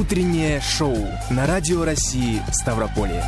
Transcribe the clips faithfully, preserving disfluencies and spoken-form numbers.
Утреннее шоу на Радио России Ставрополье.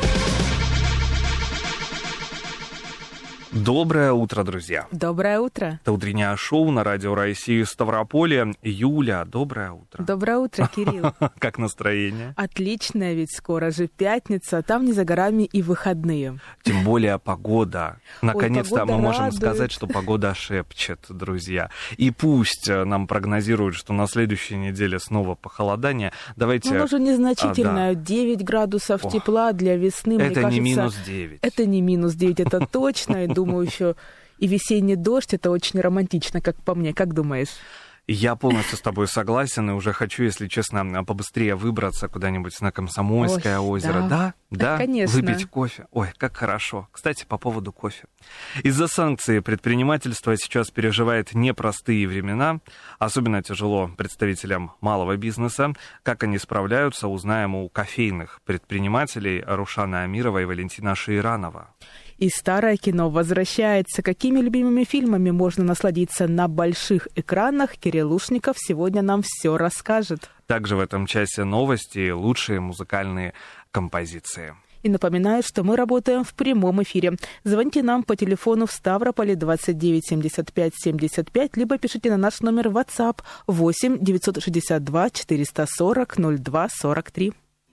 Доброе утро, друзья. Доброе утро. Это утреннее шоу на Радио России Ставрополье. Юля, доброе утро. Доброе утро, Кирилл. Как настроение? Отличное, ведь скоро же пятница, там не за горами и выходные. Тем более погода. Наконец-то Ой, погода мы можем радует. сказать, что погода шепчет, друзья. И пусть нам прогнозируют, что на следующей неделе снова похолодание. Давайте... Ну, оно уже незначительное. А, да. девять градусов Ох, тепла для весны. Это мне кажется, не минус девять. Это не минус девять, это точно. И думаю, еще и весенний дождь, это очень романтично, как по мне. Как думаешь? Я полностью с тобой согласен, и уже хочу, если честно, побыстрее выбраться куда-нибудь на Комсомольское Ой, озеро. да. Да, да, конечно. Выпить кофе. Ой, как хорошо. Кстати, по поводу кофе. Из-за санкций предпринимательство сейчас переживает непростые времена. Особенно тяжело представителям малого бизнеса. Как они справляются, узнаем у кофейных предпринимателей Рушаны Амирова и Валентина Шейранова. И старое кино возвращается. Какими любимыми фильмами можно насладиться на больших экранах? Кирилл Лушников сегодня нам все расскажет. Также в этом часе новости и лучшие музыкальные композиции. И напоминаю, что мы работаем в прямом эфире. Звоните нам по телефону в Ставрополе двадцать девять семьдесят пять семьдесят пять, либо пишите на наш номер WhatsApp восемь девятьсот шестьдесят два четыреста сорок ноль два сорок три.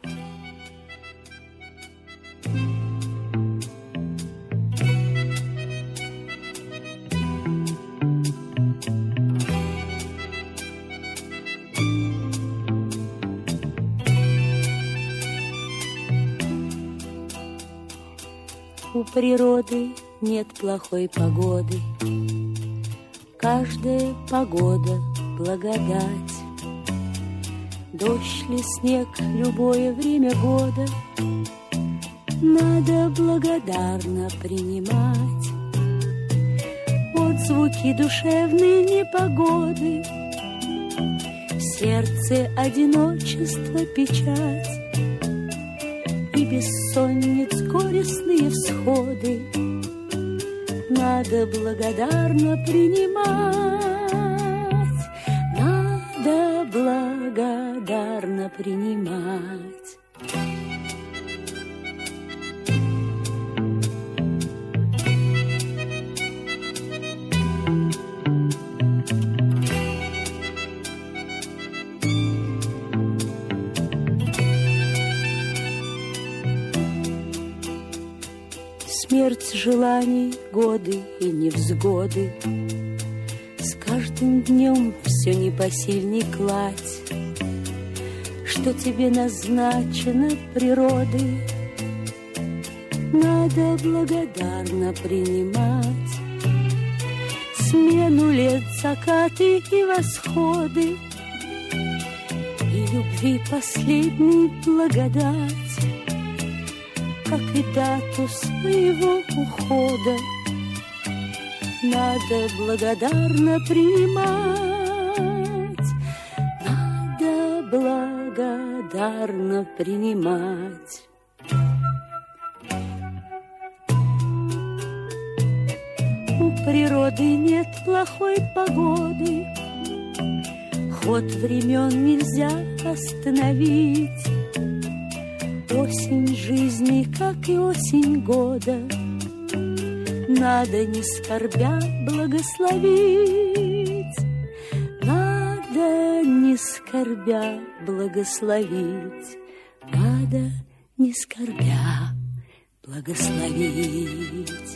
У природы нет плохой погоды, каждая погода — благодать. Дождь ли снег, любое время года надо благодарно принимать. Отзвуки душевной непогоды, в сердце одиночество, печать и бессонниц горестные всходы надо благодарно принимать, надо благодарно принимать. Смерть желаний, годы и невзгоды, с каждым днем все непосильней кладь, что тебе назначено природой, надо благодарно принимать. Смену лет, закаты и восходы, и любви последней благодать, как и дату своего ухода надо благодарно принимать, надо благодарно принимать. У природы нет плохой погоды, ход времен нельзя остановить. Осень жизни, как и осень года, надо не скорбя благословить, надо не скорбя благословить, надо не скорбя благословить.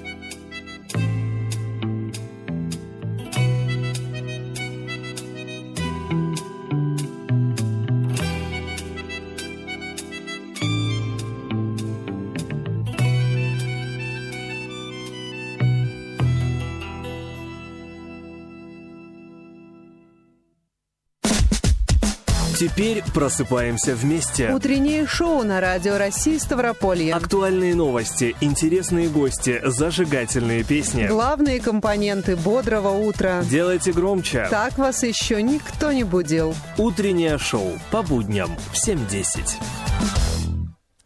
Теперь просыпаемся вместе. Утреннее шоу на Радио России Ставрополье. Актуальные новости, интересные гости, зажигательные песни. Главные компоненты бодрого утра. Делайте громче. Так вас еще никто не будил. Утреннее шоу по будням в семь десять.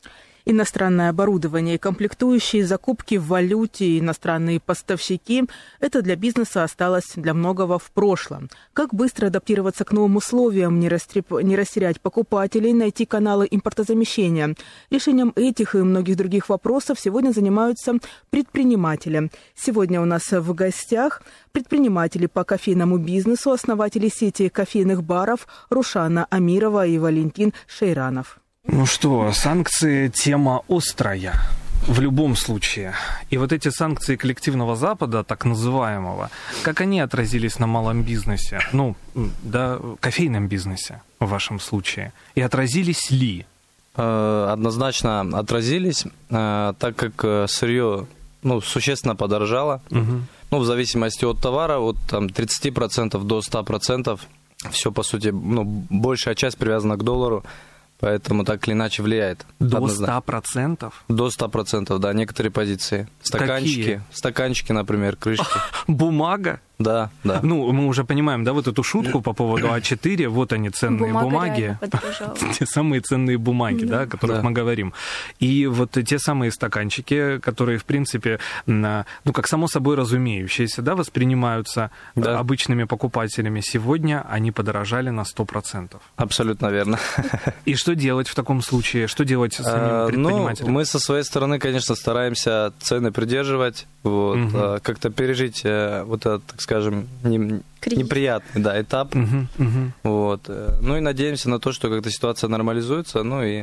Иностранное оборудование, комплектующие, закупки в валюте, иностранные поставщики – это для бизнеса осталось для многого в прошлом. Как быстро адаптироваться к новым условиям, не, растреп... не растерять покупателей, найти каналы импортозамещения? Решением этих и многих других вопросов сегодня занимаются предприниматели. Сегодня у нас в гостях предприниматели по кофейному бизнесу, основатели сети кофейных баров Рушана Амирова и Валентин Шейранов. Ну что, санкции – тема острая в любом случае. И вот эти санкции коллективного Запада, так называемого, как они отразились на малом бизнесе? Ну, да, кофейном бизнесе в вашем случае. И отразились ли? Однозначно отразились, так как сырье, ну, существенно подорожало. Угу. Ну, в зависимости от товара, от там, тридцать процентов до ста процентов. Все, по сути, ну, большая часть привязана к доллару. Поэтому так или иначе влияет. До ста процентов? До ста процентов, да, некоторые позиции. Стаканчики, Какие? Стаканчики, например, крышки. Бумага? Да, да. Ну, мы уже понимаем, да, вот эту шутку по поводу а четыре, вот они, ценные Бумага бумаги. Те самые ценные бумаги, да, да о которых да. мы говорим. И вот те самые стаканчики, которые, в принципе, ну, как само собой разумеющиеся, да, воспринимаются да. обычными покупателями, сегодня они подорожали на сто процентов. Абсолютно верно. И что делать в таком случае? Что делать с самим предпринимателем? Ну, мы со своей стороны, конечно, стараемся цены придерживать, вот, угу. как-то пережить вот этот, так скажем, не, неприятный да, этап. Угу, угу. Вот. Ну и надеемся на то, что как-то ситуация нормализуется, ну и,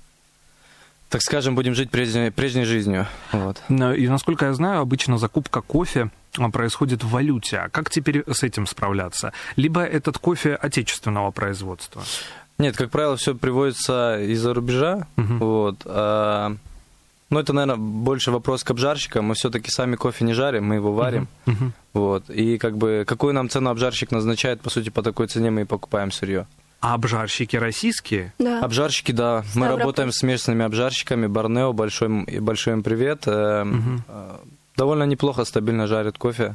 так скажем, будем жить прежней, прежней жизнью. Вот. И, насколько я знаю, обычно закупка кофе происходит в валюте. А как теперь с этим справляться? Либо этот кофе отечественного производства? Нет, как правило, все привозится из-за рубежа. Угу. Вот. А, ну, это, наверное, больше вопрос к обжарщикам. Мы все-таки сами кофе не жарим, мы его варим. Угу. Вот. И как бы какую нам цену обжарщик назначает, по сути, по такой цене мы и покупаем сырье. А обжарщики российские? Да. Обжарщики, да. Мы Ставрополь. Работаем с местными обжарщиками. Борнео, большой, большой им привет. Угу. Довольно неплохо, стабильно жарят кофе.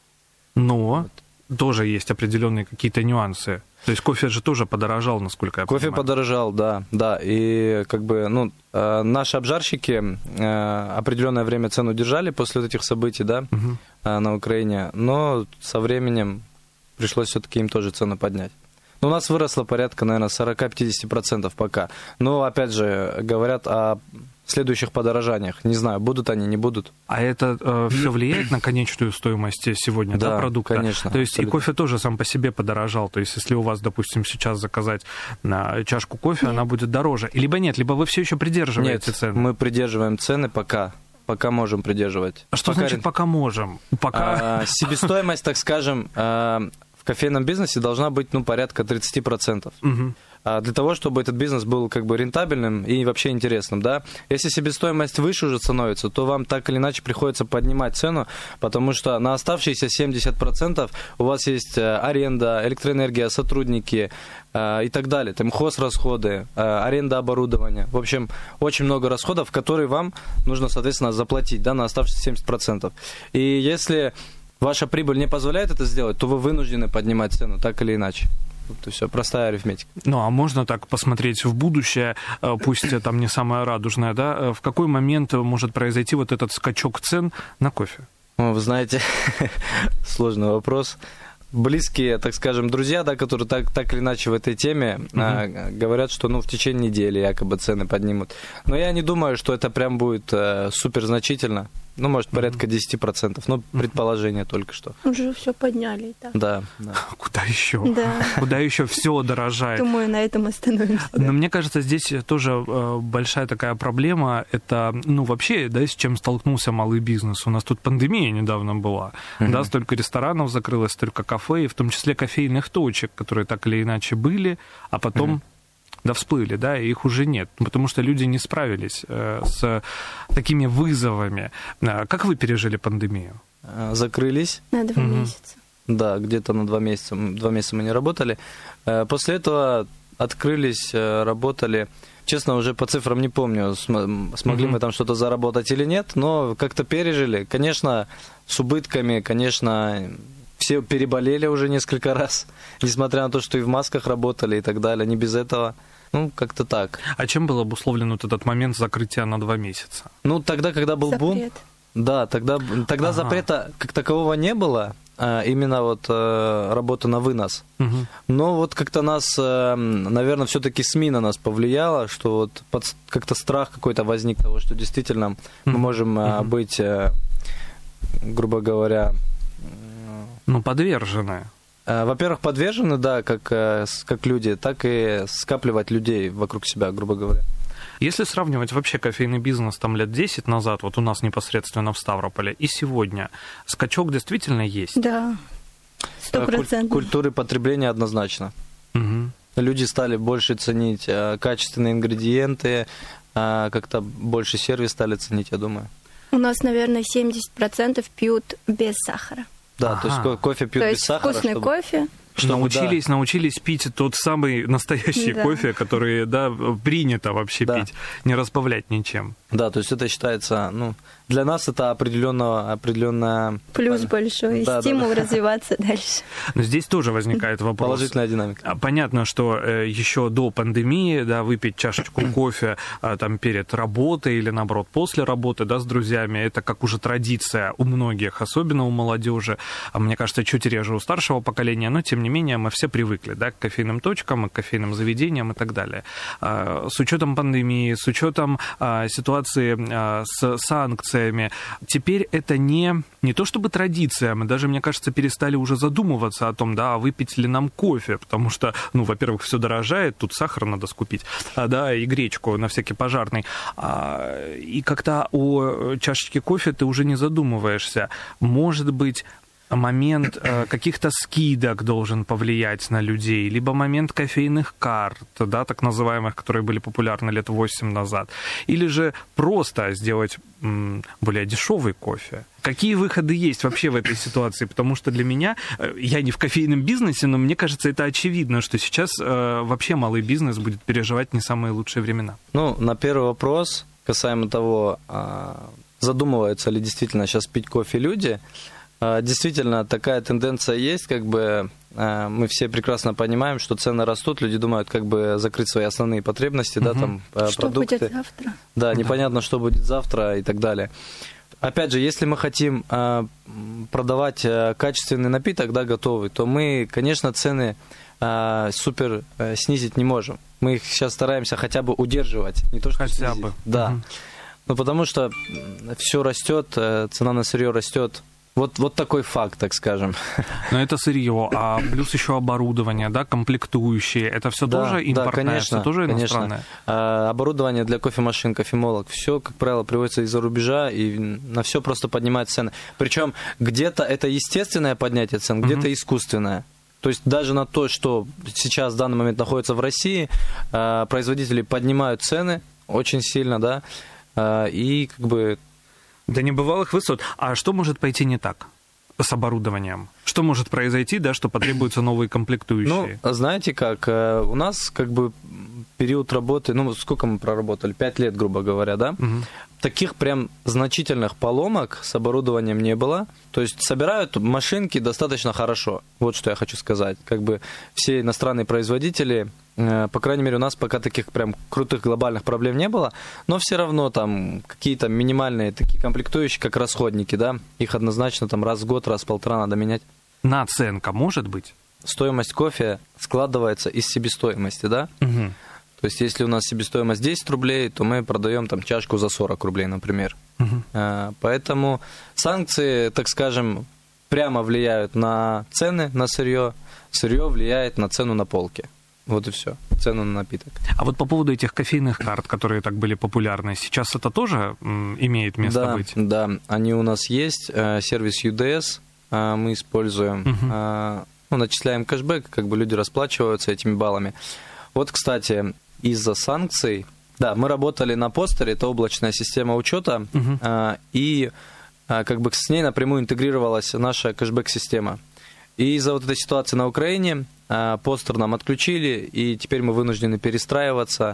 Но вот. Тоже есть определенные какие-то нюансы. То есть кофе же тоже подорожал, насколько я кофе понимаю. Кофе подорожал, да, да. И как бы, ну, э, наши обжарщики э, определенное время цену держали после вот этих событий, да, угу. э, на Украине, но со временем пришлось все-таки им тоже цену поднять. Но у нас выросло порядка, наверное, сорок-пятьдесят процентов пока. Но, опять же, говорят о следующих подорожаниях. Не знаю, будут они, не будут. А это э, все влияет на конечную стоимость сегодня, да, да продукта? Конечно. То есть абсолютно. И кофе тоже сам по себе подорожал. То есть если у вас, допустим, сейчас заказать на чашку кофе, нет. она будет дороже. Либо нет, либо вы все еще придерживаете нет, цены? Мы придерживаем цены пока. Пока можем придерживать. А что пока... значит пока можем? Пока... А, себестоимость, так скажем, в кофейном бизнесе должна быть, ну, порядка тридцать процентов. Угу. Для того, чтобы этот бизнес был как бы рентабельным и вообще интересным, да. Если себестоимость выше уже становится, то вам так или иначе приходится поднимать цену, потому что на оставшиеся семьдесят процентов у вас есть аренда, электроэнергия, сотрудники э, и так далее, там хозрасходы, э, аренда оборудования. В общем, очень много расходов, которые вам нужно, соответственно, заплатить, да, на оставшиеся семьдесят процентов. И если ваша прибыль не позволяет это сделать, то вы вынуждены поднимать цену, так или иначе. Это все простая арифметика. Ну, а можно так посмотреть в будущее, пусть там не самое радужное, да? В какой момент может произойти вот этот скачок цен на кофе? Ну, вы знаете, сложный вопрос. Близкие, так скажем, друзья, да, которые так, так или иначе в этой теме, uh-huh. а, говорят, что, ну, в течение недели якобы цены поднимут. Но я не думаю, что это прям будет э, супер значительно. Ну, может, порядка десять процентов. Ну, предположение только что. Уже все подняли, да. Да, да. Куда еще? Да. Куда еще все дорожает? Думаю, на этом остановимся. Но да. мне кажется, здесь тоже большая такая проблема. Это, ну, вообще, да, с чем столкнулся малый бизнес. У нас тут пандемия недавно была. Uh-huh. Да, столько ресторанов закрылось, столько кафе, и в том числе кофейных точек, которые так или иначе были, а потом... Uh-huh. Да, всплыли, да, и их уже нет, потому что люди не справились э, с такими вызовами. Как вы пережили пандемию? Закрылись. На два угу. месяца. Да, где-то на два месяца. Два месяца мы не работали. После этого открылись, работали. Честно, уже по цифрам не помню, смогли угу. мы там что-то заработать или нет, но как-то пережили. Конечно, с убытками, конечно... Все переболели уже несколько раз, несмотря на то, что и в масках работали и так далее, не без этого. Ну, как-то так. А чем был обусловлен вот этот момент закрытия на два месяца? Ну, тогда, когда был бум... Запрет. Да, тогда, тогда Ага. запрета как такового не было, а именно вот э, работа на вынос. Угу. Но вот как-то нас, э, наверное, все-таки СМИ на нас повлияло, что вот под, как-то страх какой-то возник того, что действительно мы можем э, быть, э, грубо говоря... Ну, подвержены. э, Во-первых, подвержены, да, как, э, с- как люди, так и скапливать людей вокруг себя, грубо говоря. Если сравнивать вообще кофейный бизнес там лет десять назад, вот у нас непосредственно в Ставрополе, и сегодня, скачок действительно есть. Да, сто Э, куль- процентов. Культуры потребления однозначно. Мгм. Люди стали больше ценить э, качественные ингредиенты, э, как-то больше сервис стали ценить, я думаю. У нас, наверное, семьдесят процентов пьют без сахара. Да, то есть Ага. ко- кофе пьют То без есть сахара. вкусный чтобы- кофе. чтобы, научились, научились пить тот самый настоящий Да. кофе, который, да, принято вообще Да. пить, не разбавлять ничем. Да, да, то есть это считается, ну, для нас это определенно, определенная Плюс большой. Да, да, Стимул да. развиваться дальше. Но здесь тоже возникает вопрос. положительная динамика. А, Понятно, что э, еще до пандемии, да, выпить чашечку кофе а, там перед работой или, наоборот, после работы, да, с друзьями, это как уже традиция у многих, особенно у молодежи. А мне кажется, чуть реже у старшего поколения, но, тем не менее, мы все привыкли, да, к кофейным точкам, к кофейным заведениям и так далее. А, с учетом пандемии, с учетом а, ситуации а, с санкциями, теперь это не, не то чтобы традиция, мы даже, мне кажется, перестали уже задумываться о том, да, а выпить ли нам кофе, потому что, ну, во-первых, все дорожает, тут сахар надо скупить, а, да, и гречку на всякий пожарный. А, и как-то о чашечке кофе ты уже не задумываешься. Может быть, момент э, каких-то скидок должен повлиять на людей, либо момент кофейных карт, да, так называемых, которые были популярны лет восемь назад, или же просто сделать м, более дешевый кофе. Какие выходы есть вообще в этой ситуации? Потому что для меня, э, я не в кофейном бизнесе, но мне кажется, это очевидно, что сейчас э, вообще малый бизнес будет переживать не самые лучшие времена. Ну, на первый вопрос, касаемо того, а, задумываются ли действительно сейчас пить кофе люди, а, действительно такая тенденция есть, как бы а, мы все прекрасно понимаем, что цены растут, люди думают, как бы закрыть свои основные потребности, да, там, а, Что продукты. будет завтра? Да, непонятно, что будет завтра и так далее. Опять же, если мы хотим э, продавать э, качественный напиток, да, готовый, то мы, конечно, цены э, супер э, снизить не можем. Мы их сейчас стараемся хотя бы удерживать, не то что Хотя снизить. бы. Да. Мгм. Ну, потому что все растет, э, цена на сырье растет. Вот, вот такой факт, так скажем. Но это сырье, а плюс еще оборудование, да, комплектующие, это все Да, тоже да, импортное, конечно, все тоже конечно. иностранное? А, оборудование для кофемашин, кофемолок, все, как правило, приводится из-за рубежа, и на все просто поднимают цены. Причем где-то это естественное поднятие цен, где-то Мгм. искусственное. То есть даже на то, что сейчас в данный момент находится в России, а, производители поднимают цены очень сильно, да, а, и как бы... До небывалых высот. А что может пойти не так с оборудованием? Что может произойти, да, что потребуются новые комплектующие? Ну, знаете как, э, у нас как бы период работы, ну, сколько мы проработали? Пять лет, грубо говоря, да? Мгм. Таких прям значительных поломок с оборудованием не было. То есть собирают машинки достаточно хорошо. Вот что я хочу сказать. Как бы все иностранные производители, э, по крайней мере, у нас пока таких прям крутых глобальных проблем не было, но все равно там какие-то минимальные такие комплектующие, как расходники, да, их однозначно там раз в год, раз в полтора надо менять. Наценка может быть? Стоимость кофе складывается из себестоимости, да? Мгм. То есть, если у нас себестоимость десять рублей, то мы продаем там чашку за сорок рублей, например. Мгм. А, Поэтому санкции, так скажем, прямо влияют на цены на сырье, сырье влияет на цену на полке. Вот и все, цену на напиток. А вот по поводу этих кофейных карт, которые так были популярны, сейчас это тоже м, имеет место Да, быть? да, они у нас есть. Э, Сервис ю ди эс э, мы используем. Мгм. Э, Ну, начисляем кэшбэк, как бы люди расплачиваются этими баллами. Вот, кстати, из-за санкций, да, мы работали на постере, это облачная система учета, Мгм. э, и э, как бы с ней напрямую интегрировалась наша кэшбэк-система. И из-за вот этой ситуации на Украине э, постер нам отключили, и теперь мы вынуждены перестраиваться.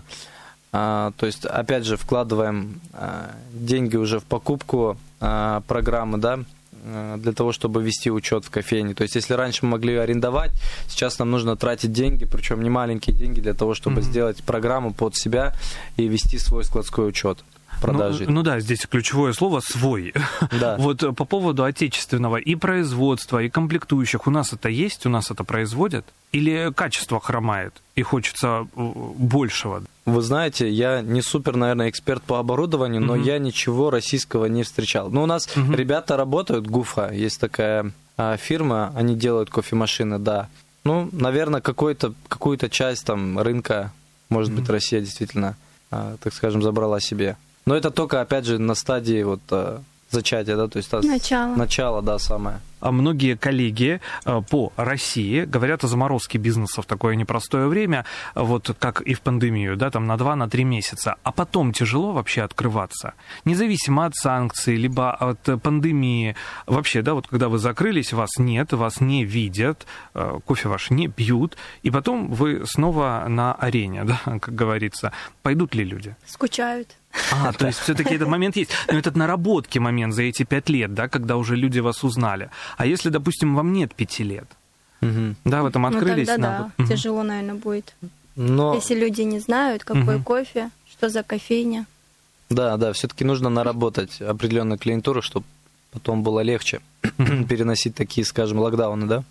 Э, То есть, опять же, вкладываем э, деньги уже в покупку э, программы, да, для того, чтобы вести учет в кофейне. То есть, если раньше мы могли арендовать, сейчас нам нужно тратить деньги, причем не маленькие деньги, для того, чтобы mm-hmm. сделать программу под себя и вести свой складской учет продажи. Ну, ну да, здесь ключевое слово «свой». Да. Вот по поводу отечественного и производства, и комплектующих. У нас это есть, у нас это производят? Или качество хромает и хочется большего? Вы знаете, я не супер, наверное, эксперт по оборудованию, но mm-hmm. я ничего российского не встречал. Ну, у нас mm-hmm. ребята работают, Гуфа, есть такая а, фирма, они делают кофемашины, да. Ну, наверное, какой-то, какую-то часть там рынка, может mm-hmm. быть, Россия действительно, а, так скажем, забрала себе. Но это только, опять же, на стадии вот зачатия, да, то есть начало, начало, да, самое. А многие коллеги по России говорят о заморозке бизнеса в такое непростое время, вот как и в пандемию, да, там на два-три месяца, а потом тяжело вообще открываться, независимо от санкций, либо от пандемии, вообще, да, вот когда вы закрылись, вас нет, вас не видят, кофе ваш не пьют, и потом вы снова на арене, да, как говорится, пойдут ли люди? Скучают. А, то есть все-таки этот момент есть. Но этот наработки момент за эти пять лет, да, когда уже люди вас узнали. А если, допустим, вам нет пяти лет, угу. да, в этом открылись? Ну, тогда надо... да, угу. тяжело, наверное, будет. Но... Если люди не знают, какой угу. кофе, что за кофейня. Да, да, все-таки нужно наработать определенную клиентуру, чтобы потом было легче переносить такие, скажем, локдауны, да?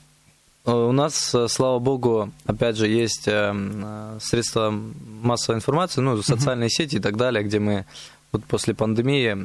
У нас, слава богу, опять же, есть средства массовой информации, ну, социальные uh-huh. сети и так далее, где мы вот после пандемии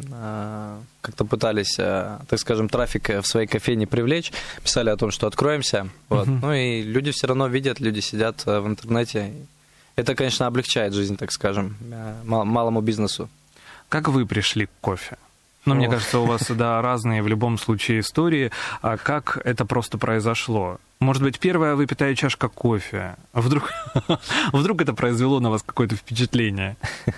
как-то пытались, так скажем, трафик в своей кофейне привлечь, писали о том, что откроемся, вот. Uh-huh. Ну и люди все равно видят, люди сидят в интернете. Это, конечно, облегчает жизнь, так скажем, малому бизнесу. Как вы пришли к кофе? Ну, мне кажется, у вас, да, разные в любом случае истории. А как это просто произошло? Может быть, первая выпитая чашка кофе? А вдруг, вдруг это произвело на вас какое-то впечатление?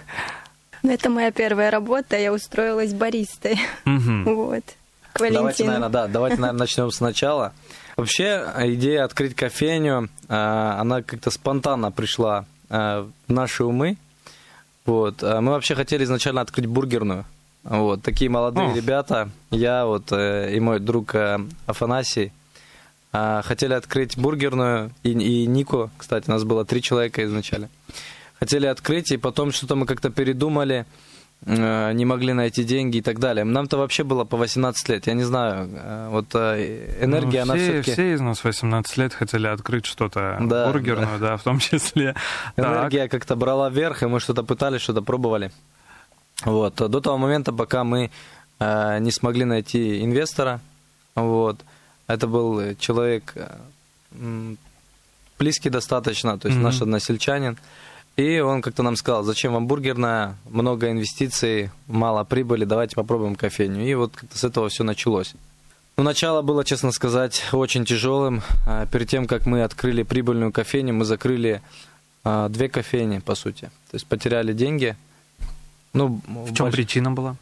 Ну, это моя первая работа, я устроилась баристой. Угу. Вот. К Валентину. Давайте, наверное, да, давайте, наверное, начнем сначала. Вообще, идея открыть кофейню, она как-то спонтанно пришла в наши умы. Вот. Мы вообще хотели изначально открыть бургерную. Вот, такие молодые О. ребята, я вот э, и мой друг э, Афанасий, э, хотели открыть бургерную, и, и Нико, кстати, у нас было три человека изначально. Хотели открыть, и потом что-то мы как-то передумали, э, не могли найти деньги и так далее. Нам-то вообще было по восемнадцать лет, я не знаю, э, вот э, энергия, ну, все, она все-таки... Все из нас восемнадцать лет хотели открыть что-то, да, бургерную, да. да, в том числе. Энергия так. как-то брала вверх, и мы что-то пытались, что-то пробовали. Вот. До того момента, пока мы э, не смогли найти инвестора, вот, это был человек э, близкий достаточно, то есть mm-hmm. наш односельчанин, и он как-то нам сказал, зачем вам бургерная, много инвестиций, мало прибыли, давайте попробуем кофейню. И вот как-то с этого все началось. Ну, начало было, честно сказать, очень тяжелым. Перед тем, как мы открыли прибыльную кофейню, мы закрыли э, две кофейни, по сути, то есть потеряли деньги. Ну, в чем больш... причина была?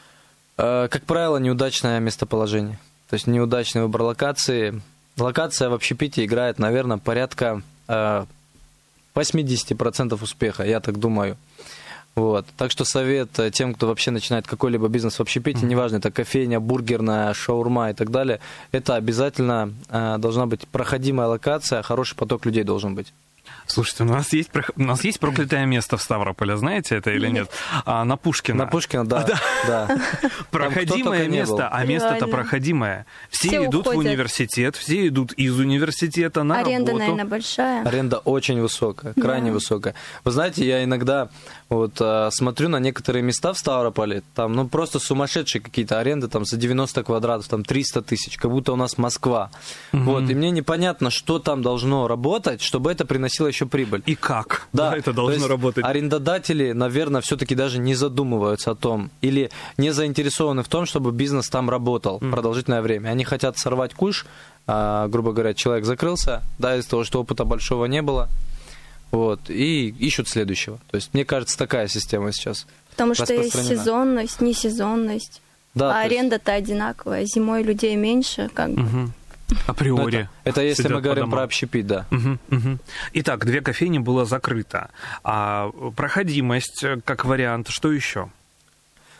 Э, как правило, неудачное местоположение. То есть неудачный выбор локации. Локация в общепите играет, наверное, порядка э, восемьдесят процентов успеха, я так думаю. Вот. Так что совет тем, кто вообще начинает какой-либо бизнес в общепите, mm-hmm. неважно, это кофейня, бургерная, шаурма и так далее, это обязательно э, должна быть проходимая локация, хороший поток людей должен быть. Слушайте, у нас есть, у нас есть проклятое место в Ставрополе, знаете это или нет? А, на Пушкина. На Пушкина, да. да. да. Проходимое место, а место-то проходимое. Все, все идут уходят. В университет, все идут из университета на Аренда, работу. Аренда, наверное, большая. Аренда очень высокая, крайне да. высокая. Вы знаете, я иногда вот смотрю на некоторые места в Ставрополе, там, ну, просто сумасшедшие какие-то аренды, там, за девяносто квадратов, там, триста тысяч, как будто у нас Москва. Угу. Вот, и мне непонятно, что там должно работать, чтобы это приносило еще прибыль. И как да, да, это должно то есть работать? Арендодатели, наверное, все-таки даже не задумываются о том, или не заинтересованы в том, чтобы бизнес там работал mm. продолжительное время. Они хотят сорвать куш, а, грубо говоря, человек закрылся, да, из-за того, что опыта большого не было, вот, и ищут следующего. То есть, мне кажется, такая система сейчас. Потому что есть сезонность, несезонность, да, а аренда-то есть... одинаковая. Зимой людей меньше, как бы. Угу. Априори. Это, это если мы говорим про общепит, да. Угу, угу. Итак, две кофейни было закрыто. А проходимость, как вариант, что еще?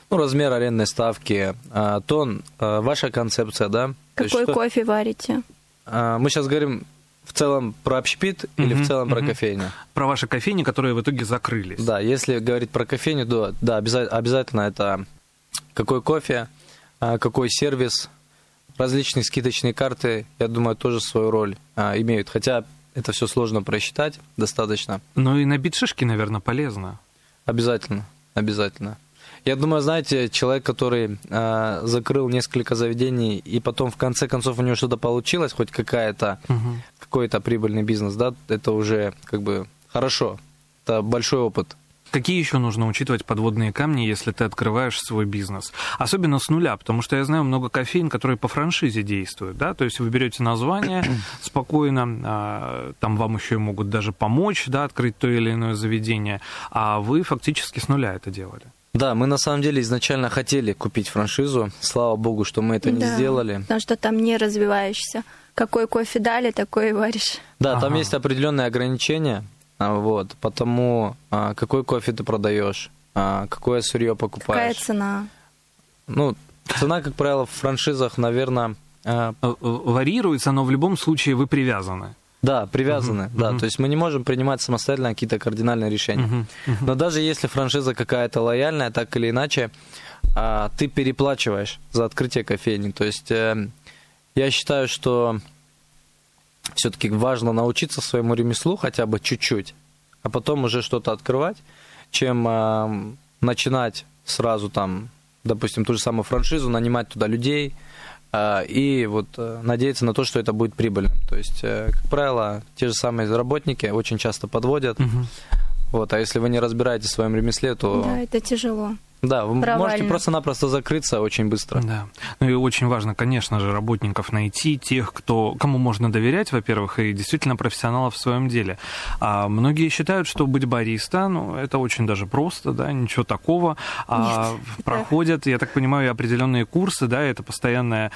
Ну, размер арендной ставки, тон, ваша концепция, да? Какой есть, кофе что... варите? Мы сейчас говорим в целом про общепит или mm-hmm, в целом mm-hmm. про кофейню? Про ваши кофейни, которые в итоге закрылись. Да, если говорить про кофейню, то да, обязательно, обязательно это какой кофе, какой сервис, различные скидочные карты, я думаю, тоже свою роль имеют. Хотя это все сложно просчитать достаточно. Ну и набить шишки, наверное, полезно. Обязательно, обязательно. Я думаю, знаете, человек, который э, закрыл несколько заведений, и потом в конце концов у него что-то получилось, хоть какая-то, угу. какой-то прибыльный бизнес, да, это уже как бы хорошо, это большой опыт. Какие еще нужно учитывать подводные камни, если ты открываешь свой бизнес? Особенно с нуля, потому что я знаю много кофеин, которые по франшизе действуют, да, то есть вы берете название спокойно, там вам еще и могут даже помочь, да, открыть то или иное заведение, а вы фактически с нуля это делали. Да, мы на самом деле изначально хотели купить франшизу, слава богу, что мы это да, не сделали. Потому что там не развиваешься. Какой кофе дали, такой и варишь. Да, ага. Там есть определенные ограничения. Вот, потому а, какой кофе ты продаешь, а, какое сырье покупаешь. Какая цена? Ну, цена, как правило, в франшизах, наверное... А... Варьируется, но в любом случае вы привязаны. Да, привязаны, uh-huh, да. Uh-huh. То есть мы не можем принимать самостоятельно какие-то кардинальные решения. Uh-huh, uh-huh. Но даже если франшиза какая-то лояльная, так или иначе, а, ты переплачиваешь за открытие кофейни. То есть э, я считаю, что все-таки важно научиться своему ремеслу хотя бы чуть-чуть, а потом уже что-то открывать, чем э, начинать сразу там, допустим, ту же самую франшизу, нанимать туда людей э, и вот э, надеяться на то, что это будет прибыльным. То есть, э, как правило, те же самые работники очень часто подводят. Угу. Вот, а если вы не разбираетесь в своем ремесле, то... Да, это тяжело. Да, вы Провально. можете просто-напросто закрыться очень быстро. Да. Ну и очень важно, конечно же, работников найти, тех, кто, кому можно доверять, во-первых, и действительно профессионалов в своем деле. А многие считают, что быть бариста, ну, это очень даже просто, да, ничего такого. А Нет. проходят, я так понимаю, и определенные курсы, да, это постоянное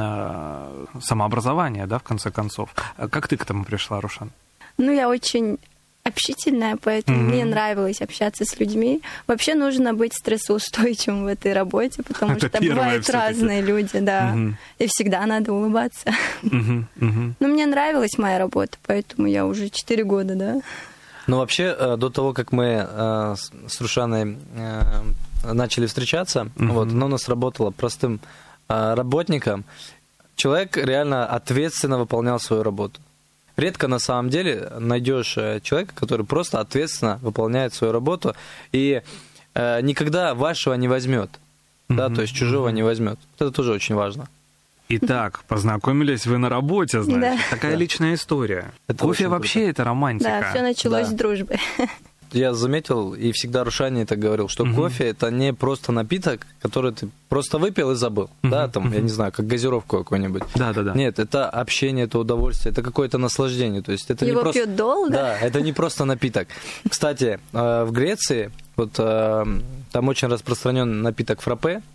самообразование, да, в конце концов. Как ты к этому пришла, Рушан? Ну, я очень... общительная, поэтому mm-hmm. мне нравилось общаться с людьми. Вообще нужно быть стрессоустойчивым в этой работе, потому это что бывают все-таки. Разные люди, да. Mm-hmm. И всегда надо улыбаться. Mm-hmm. Mm-hmm. Но мне нравилась моя работа, поэтому я уже четыре года, да. Ну, вообще, до того, как мы с Рушаной начали встречаться, mm-hmm. вот, она у нас работала простым работником, человек реально ответственно выполнял свою работу. Редко на самом деле найдешь человека, который просто ответственно выполняет свою работу и э, никогда вашего не возьмет, mm-hmm. да, то есть чужого mm-hmm. не возьмет. Это тоже очень важно. Итак, познакомились вы на работе, значит. Да. Такая да. личная история. Это кофе вообще круто. Это романтика. Да, все началось да. с дружбы. Я заметил, и всегда Рушане это говорил, что uh-huh. кофе это не просто напиток, который ты просто выпил и забыл. Uh-huh. Да, там, uh-huh. я не знаю, как газировку какую-нибудь. Да, да, да. Нет, это общение, это удовольствие, это какое-то наслаждение. То есть это Его не просто... пьют долго? Да, это не просто напиток. Кстати, в Греции, вот там очень распространен напиток фраппе,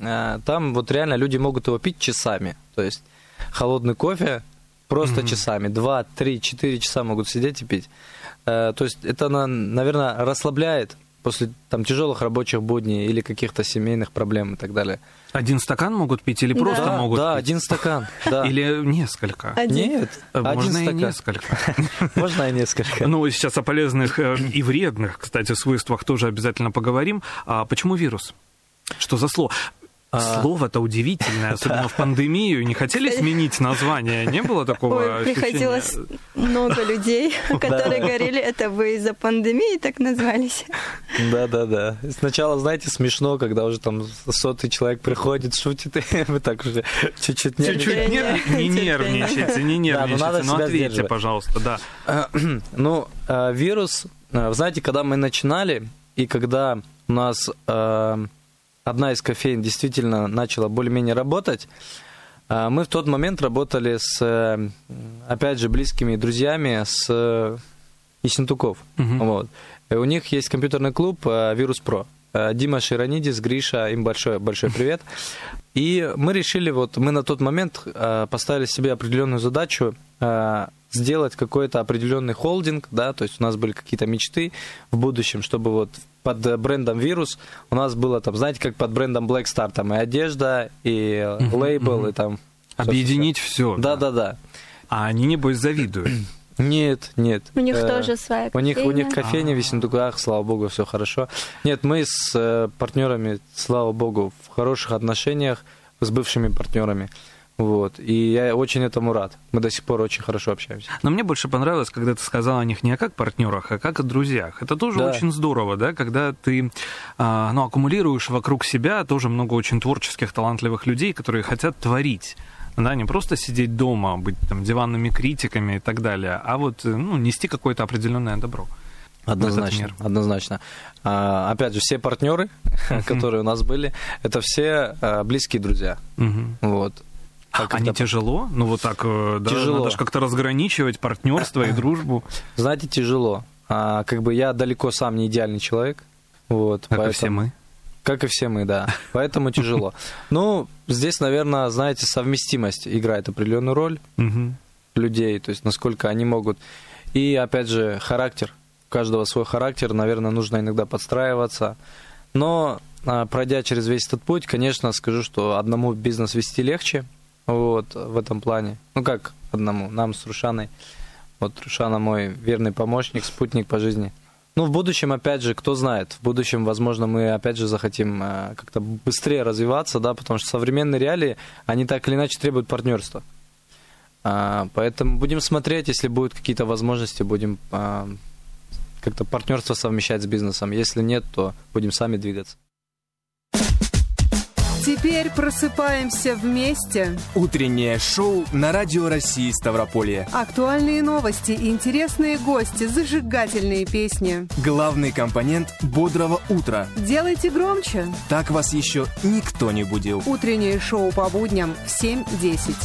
там вот реально люди могут его пить часами. То есть холодный кофе просто uh-huh. часами. Два, три, четыре часа могут сидеть и пить. То есть это, наверное, расслабляет после там, тяжелых рабочих будней или каких-то семейных проблем и так далее. Один стакан могут пить или да. просто да, могут да, пить? один стакан. Да. Или несколько? Один. Нет, можно один и несколько. Можно и несколько. Ну, сейчас о полезных и вредных, кстати, свойствах тоже обязательно поговорим. А почему вирус? Что за слово? Слово-то удивительное, особенно в пандемию. Не хотели сменить название? Не было такого Ой, ощущения? Приходилось много людей, которые говорили, это вы из-за пандемии так назвались. Да-да-да. Сначала, знаете, смешно, когда уже там сотый человек приходит, шутит, и вы так уже чуть-чуть нервничаете. Чуть-чуть не нервничайте, не нервничайте. Ну, ответьте, пожалуйста, да. Ну, вирус, знаете, когда мы начинали, и когда у нас... одна из кофеин действительно начала более-менее работать, мы в тот момент работали с, опять же, близкими друзьями с Ессентуков. Uh-huh. Вот. И у них есть компьютерный клуб «Вирус Про». Дима Широнидис, Гриша, им большой, большой привет. И мы решили, вот мы на тот момент поставили себе определенную задачу сделать какой-то определенный холдинг, да, то есть у нас были какие-то мечты в будущем, чтобы вот под брендом «Вирус» у нас было там, знаете, как под брендом Black Star, там и одежда, и uh-huh, лейбл, uh-huh. и там... Объединить все. Да-да-да. А они, небось, завидуют. Нет, нет. У них э, тоже своя кофейня. У них, у них кофейня в Ессентуках, слава богу, все хорошо. Нет, мы с э, партнерами, слава богу, в хороших отношениях с бывшими партнерами. Вот. И я очень этому рад. Мы до сих пор очень хорошо общаемся. Но мне больше понравилось, когда ты сказал о них не как партнерах, а как о друзьях. Это тоже да. очень здорово, да, когда ты э, ну, аккумулируешь вокруг себя тоже много очень творческих, талантливых людей, которые хотят творить. Да, не просто сидеть дома, быть там диванными критиками и так далее, а вот ну, нести какое-то определенное добро. Однозначно, однозначно. А, опять же, все партнеры, uh-huh. которые у нас были, это все а, близкие друзья. Uh-huh. Вот. А они это... тяжело? Ну вот так, да, тяжело. Надо же как-то разграничивать партнерство и дружбу. Знаете, тяжело. А, как бы я далеко сам не идеальный человек. Вот, как поэтому... и все мы. Как и все мы, да. Поэтому тяжело. Ну, здесь, наверное, знаете, совместимость играет определенную роль угу. людей, то есть насколько они могут. И, опять же, характер. У каждого свой характер, наверное, нужно иногда подстраиваться. Но, пройдя через весь этот путь, конечно, скажу, что одному бизнес вести легче, вот, в этом плане. Ну, как одному? Нам с Рушаной. Вот Рушана мой верный помощник, спутник по жизни. Ну, в будущем, опять же, кто знает, в будущем, возможно, мы, опять же, захотим э, как-то быстрее развиваться, да, потому что современные реалии, они так или иначе требуют партнерства. А, поэтому будем смотреть, если будут какие-то возможности, будем а, как-то партнерство совмещать с бизнесом. Если нет, то будем сами двигаться. Теперь просыпаемся вместе. Утреннее шоу на Радио России Ставрополье. Актуальные новости, интересные гости, зажигательные песни. Главный компонент бодрого утра. Делайте громче. Так вас еще никто не будил. Утреннее шоу по будням в семь десять.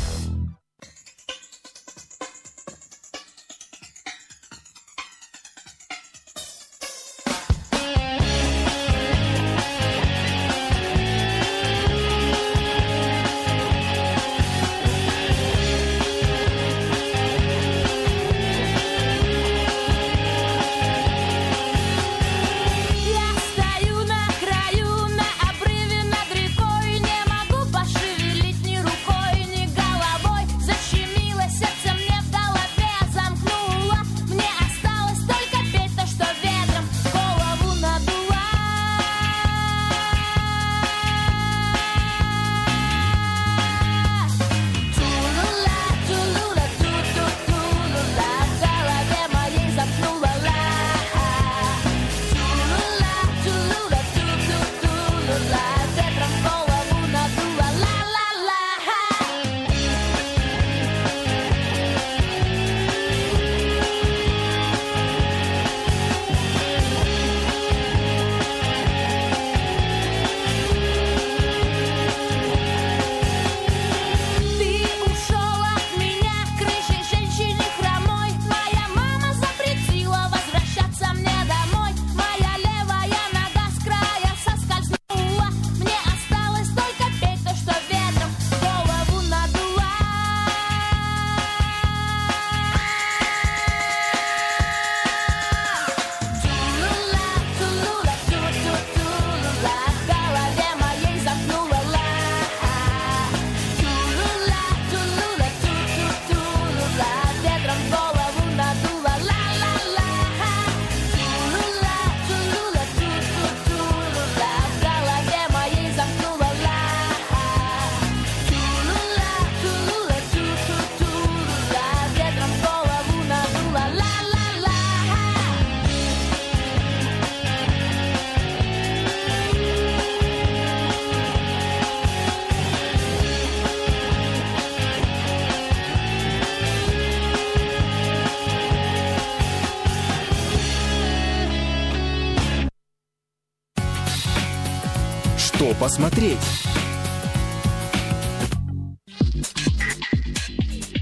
Что посмотреть?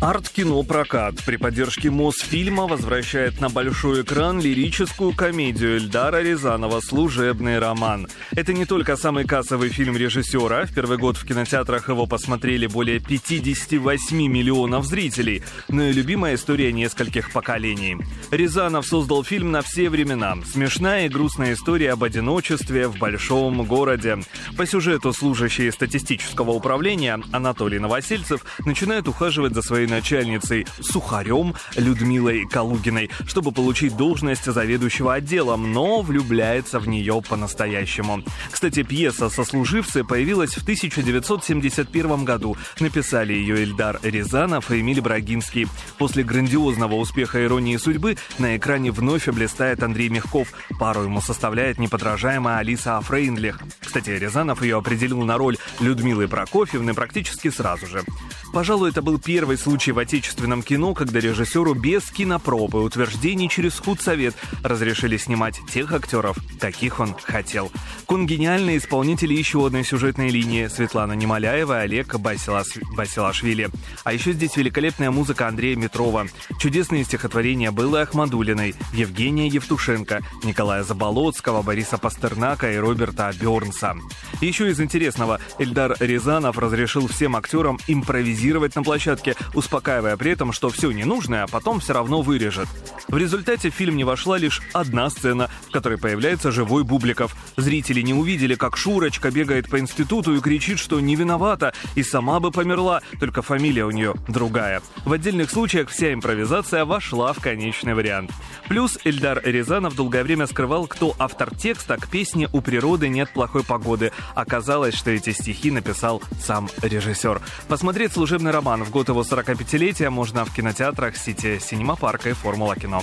Арт-кино «Прокат» при поддержке Мосфильма возвращает на большой экран лирическую комедию Эльдара Рязанова «Служебный роман». Это не только самый кассовый фильм режиссера. В первый год в кинотеатрах его посмотрели более пятьдесят восемь миллионов зрителей, но и любимая история нескольких поколений. Рязанов создал фильм на все времена. Смешная и грустная история об одиночестве в большом городе. По сюжету служащий статистического управления Анатолий Новосельцев начинает ухаживать за своей начальницей Сухарем Людмилой Калугиной, чтобы получить должность заведующего отделом, но влюбляется в нее по-настоящему. Кстати, пьеса «Сослуживцы» появилась в тысяча девятьсот семьдесят первом году. Написали ее Эльдар Рязанов и Эмиль Брагинский. После грандиозного успеха «Иронии судьбы» на экране вновь облистает Андрей Мягков. Пару ему составляет неподражаемая Алиса Фрейндлих. Кстати, Рязанов ее определил на роль Людмилы Прокофьевны практически сразу же. Пожалуй, это был первый случай в отечественном кино, когда режиссеру без кинопроб и утверждений через худсовет разрешили снимать тех актеров, каких он хотел. Конгениальные исполнители еще одной сюжетной линии — Светлана Немоляева и Олег Басилаш... Басилашвили. А еще здесь великолепная музыка Андрея Метрова, чудесные стихотворения Беллы Ахмадулиной, Евгения Евтушенко, Николая Заболоцкого, Бориса Пастернака и Роберта Бёрнса. И еще из интересного: Эльдар Рязанов разрешил всем актерам импровизировать на площадке, успокаивая при этом, что все ненужное, а потом все равно вырежет. В результате в фильм не вошла лишь одна сцена, в которой появляется живой Бубликов. Зрители не увидели, как Шурочка бегает по институту и кричит, что не виновата и сама бы померла, только фамилия у нее другая. В отдельных случаях вся импровизация вошла в конечный вариант. Плюс Эльдар Рязанов долгое время скрывал, кто автор текста к песне «У природы нет плохой погоды». Оказалось, что эти стихи написал сам режиссер. Посмотреть «Служебный роман» в год его сорокапятилетия можно в кинотеатрах сети «Синема Парка» и «Формула кино».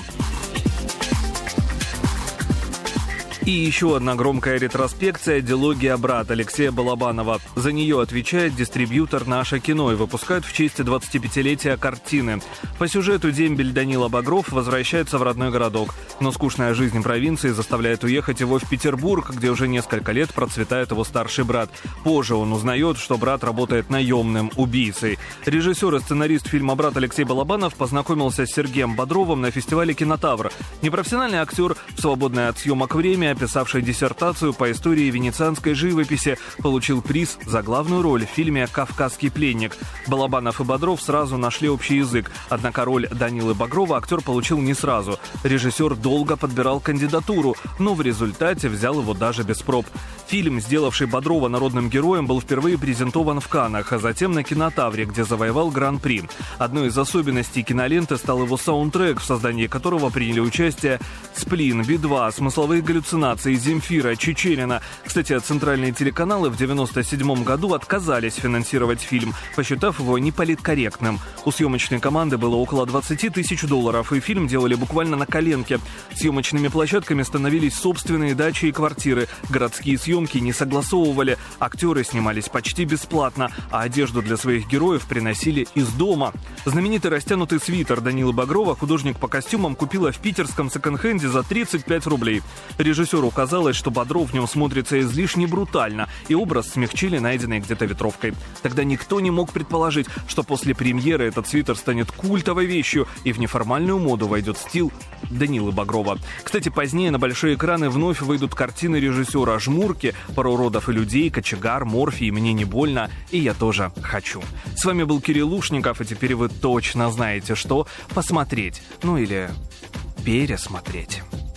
И еще одна громкая ретроспекция — дилогия «Брат» Алексея Балабанова. За нее отвечает дистрибьютор «Наше кино» и выпускают в честь двадцатипятилетия картины. По сюжету дембель Данила Багров возвращается в родной городок, но скучная жизнь провинции заставляет уехать его в Петербург, где уже несколько лет процветает его старший брат. Позже он узнает, что брат работает наемным убийцей. Режиссер и сценарист фильма «Брат» Алексей Балабанов познакомился с Сергеем Бодровым на фестивале «Кинотавр». Непрофессиональный актер, в свободное от съемок время, писавший диссертацию по истории венецианской живописи, получил приз за главную роль в фильме «Кавказский пленник». Балабанов и Бодров сразу нашли общий язык, однако роль Данилы Багрова актер получил не сразу. Режиссер долго подбирал кандидатуру, но в результате взял его даже без проб. Фильм, сделавший Бодрова народным героем, был впервые презентован в Каннах, а затем на Кинотавре, где завоевал Гран-при. Одной из особенностей киноленты стал его саундтрек, в создании которого приняли участие «Сплин», «Би-два», «Смысловые галлюцинации», «Земфира», «Чечерина». Кстати, центральные телеканалы в девяносто седьмом году отказались финансировать фильм, посчитав его неполиткорректным. У съемочной команды было около двадцать тысяч долларов, и фильм делали буквально на коленке. Съемочными площадками становились собственные дачи и квартиры. Городские съемки не согласовывали, актеры снимались почти бесплатно, а одежду для своих героев приносили из дома. Знаменитый растянутый свитер Данилы Багрова художник по костюмам купила в питерском секонд-хенде за тридцать пять рублей. Режиссеру казалось, что Бодров в нем смотрится излишне брутально, и образ смягчили найденной где-то ветровкой. Тогда никто не мог предположить, что после премьеры этот свитер станет культовой вещью, и в неформальную моду войдет стиль Данилы Багрова. Кстати, позднее на большие экраны вновь выйдут картины режиссера «Жмурки», «Пару уродов и людей», «Кочегар», «Морфий», «Мне не больно» и «Я тоже хочу». С вами был Кирилл Лушников, и теперь вы точно знаете, что посмотреть, ну или пересмотреть.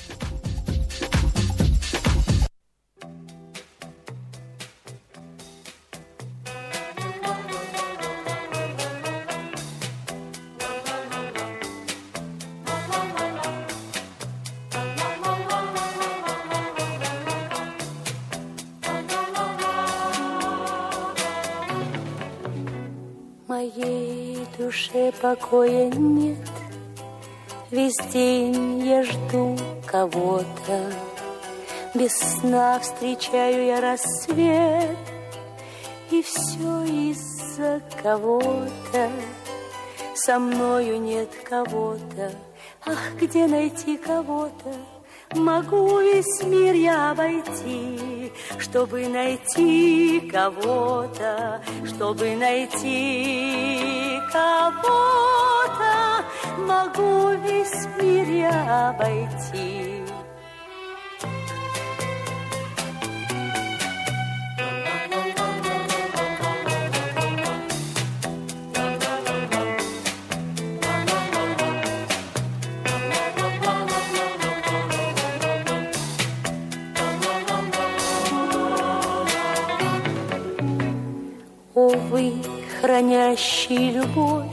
Моей душе покоя нет, весь день я жду кого-то, без сна встречаю я рассвет, и все из-за кого-то, со мною нет кого-то, ах, где найти кого-то, Могу весь мир я обойти, чтобы найти кого-то, чтобы найти кого-то. Могу весь мир я обойти. Увы, хранящий любовь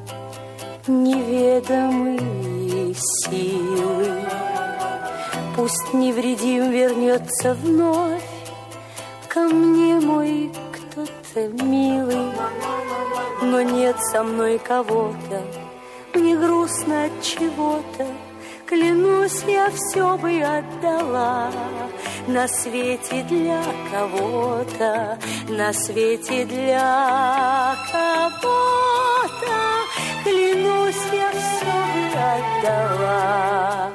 неведомые силы, пусть невредим вернется вновь ко мне мой кто-то милый, но нет со мной кого-то, мне грустно от чего-то. Клянусь, я все бы отдала на свете для кого-то, на свете для кого-то. Клянусь, я все бы отдала.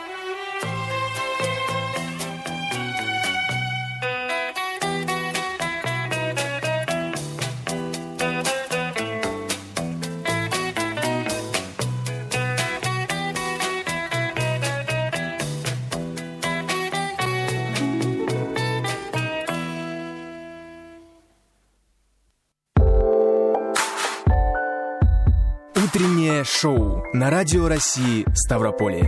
Утреннее шоу на Радио России Ставрополье.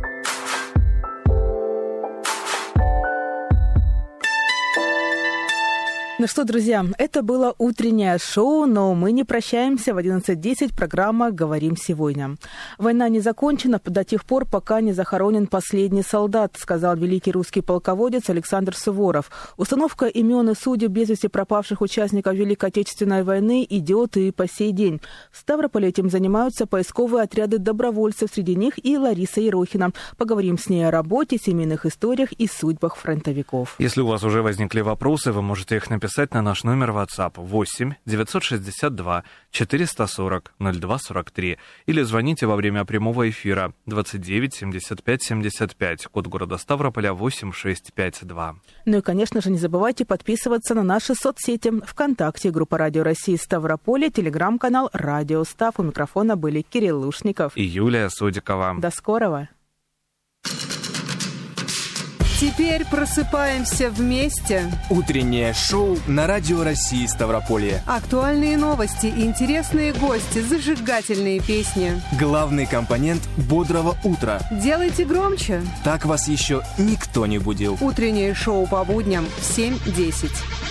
Ну что, друзья, это было утреннее шоу, но мы не прощаемся. В одиннадцать десять программа «Говорим сегодня». Война не закончена до тех пор, пока не захоронен последний солдат, сказал великий русский полководец Александр Суворов. Установка имен и судеб без вести пропавших участников Великой Отечественной войны идет и по сей день. В Ставрополе этим занимаются поисковые отряды добровольцев, среди них и Лариса Ерохина. Поговорим с ней о работе, семейных историях и судьбах фронтовиков. Если у вас уже возникли вопросы, вы можете их написать на наш номер WhatsApp восемь девятьсот шестьдесят два четыреста сорок ноль два сорок три или звоните во время прямого эфира двадцать девять семьдесят пять семьдесят пять, код города Ставрополя восемь шесть пять два. Ну и, конечно же, не забывайте подписываться на наши соцсети. ВКонтакте, группа Радио России Ставрополье, телеграм-канал Радио Став. У микрофона были Кирилл Лушников и Юлия Судикова. До скорого. Теперь просыпаемся вместе. Утреннее шоу на Радио России Ставрополье. Актуальные новости, интересные гости, зажигательные песни. Главный компонент бодрого утра. Делайте громче. Так вас еще никто не будил. Утреннее шоу по будням в семь десять.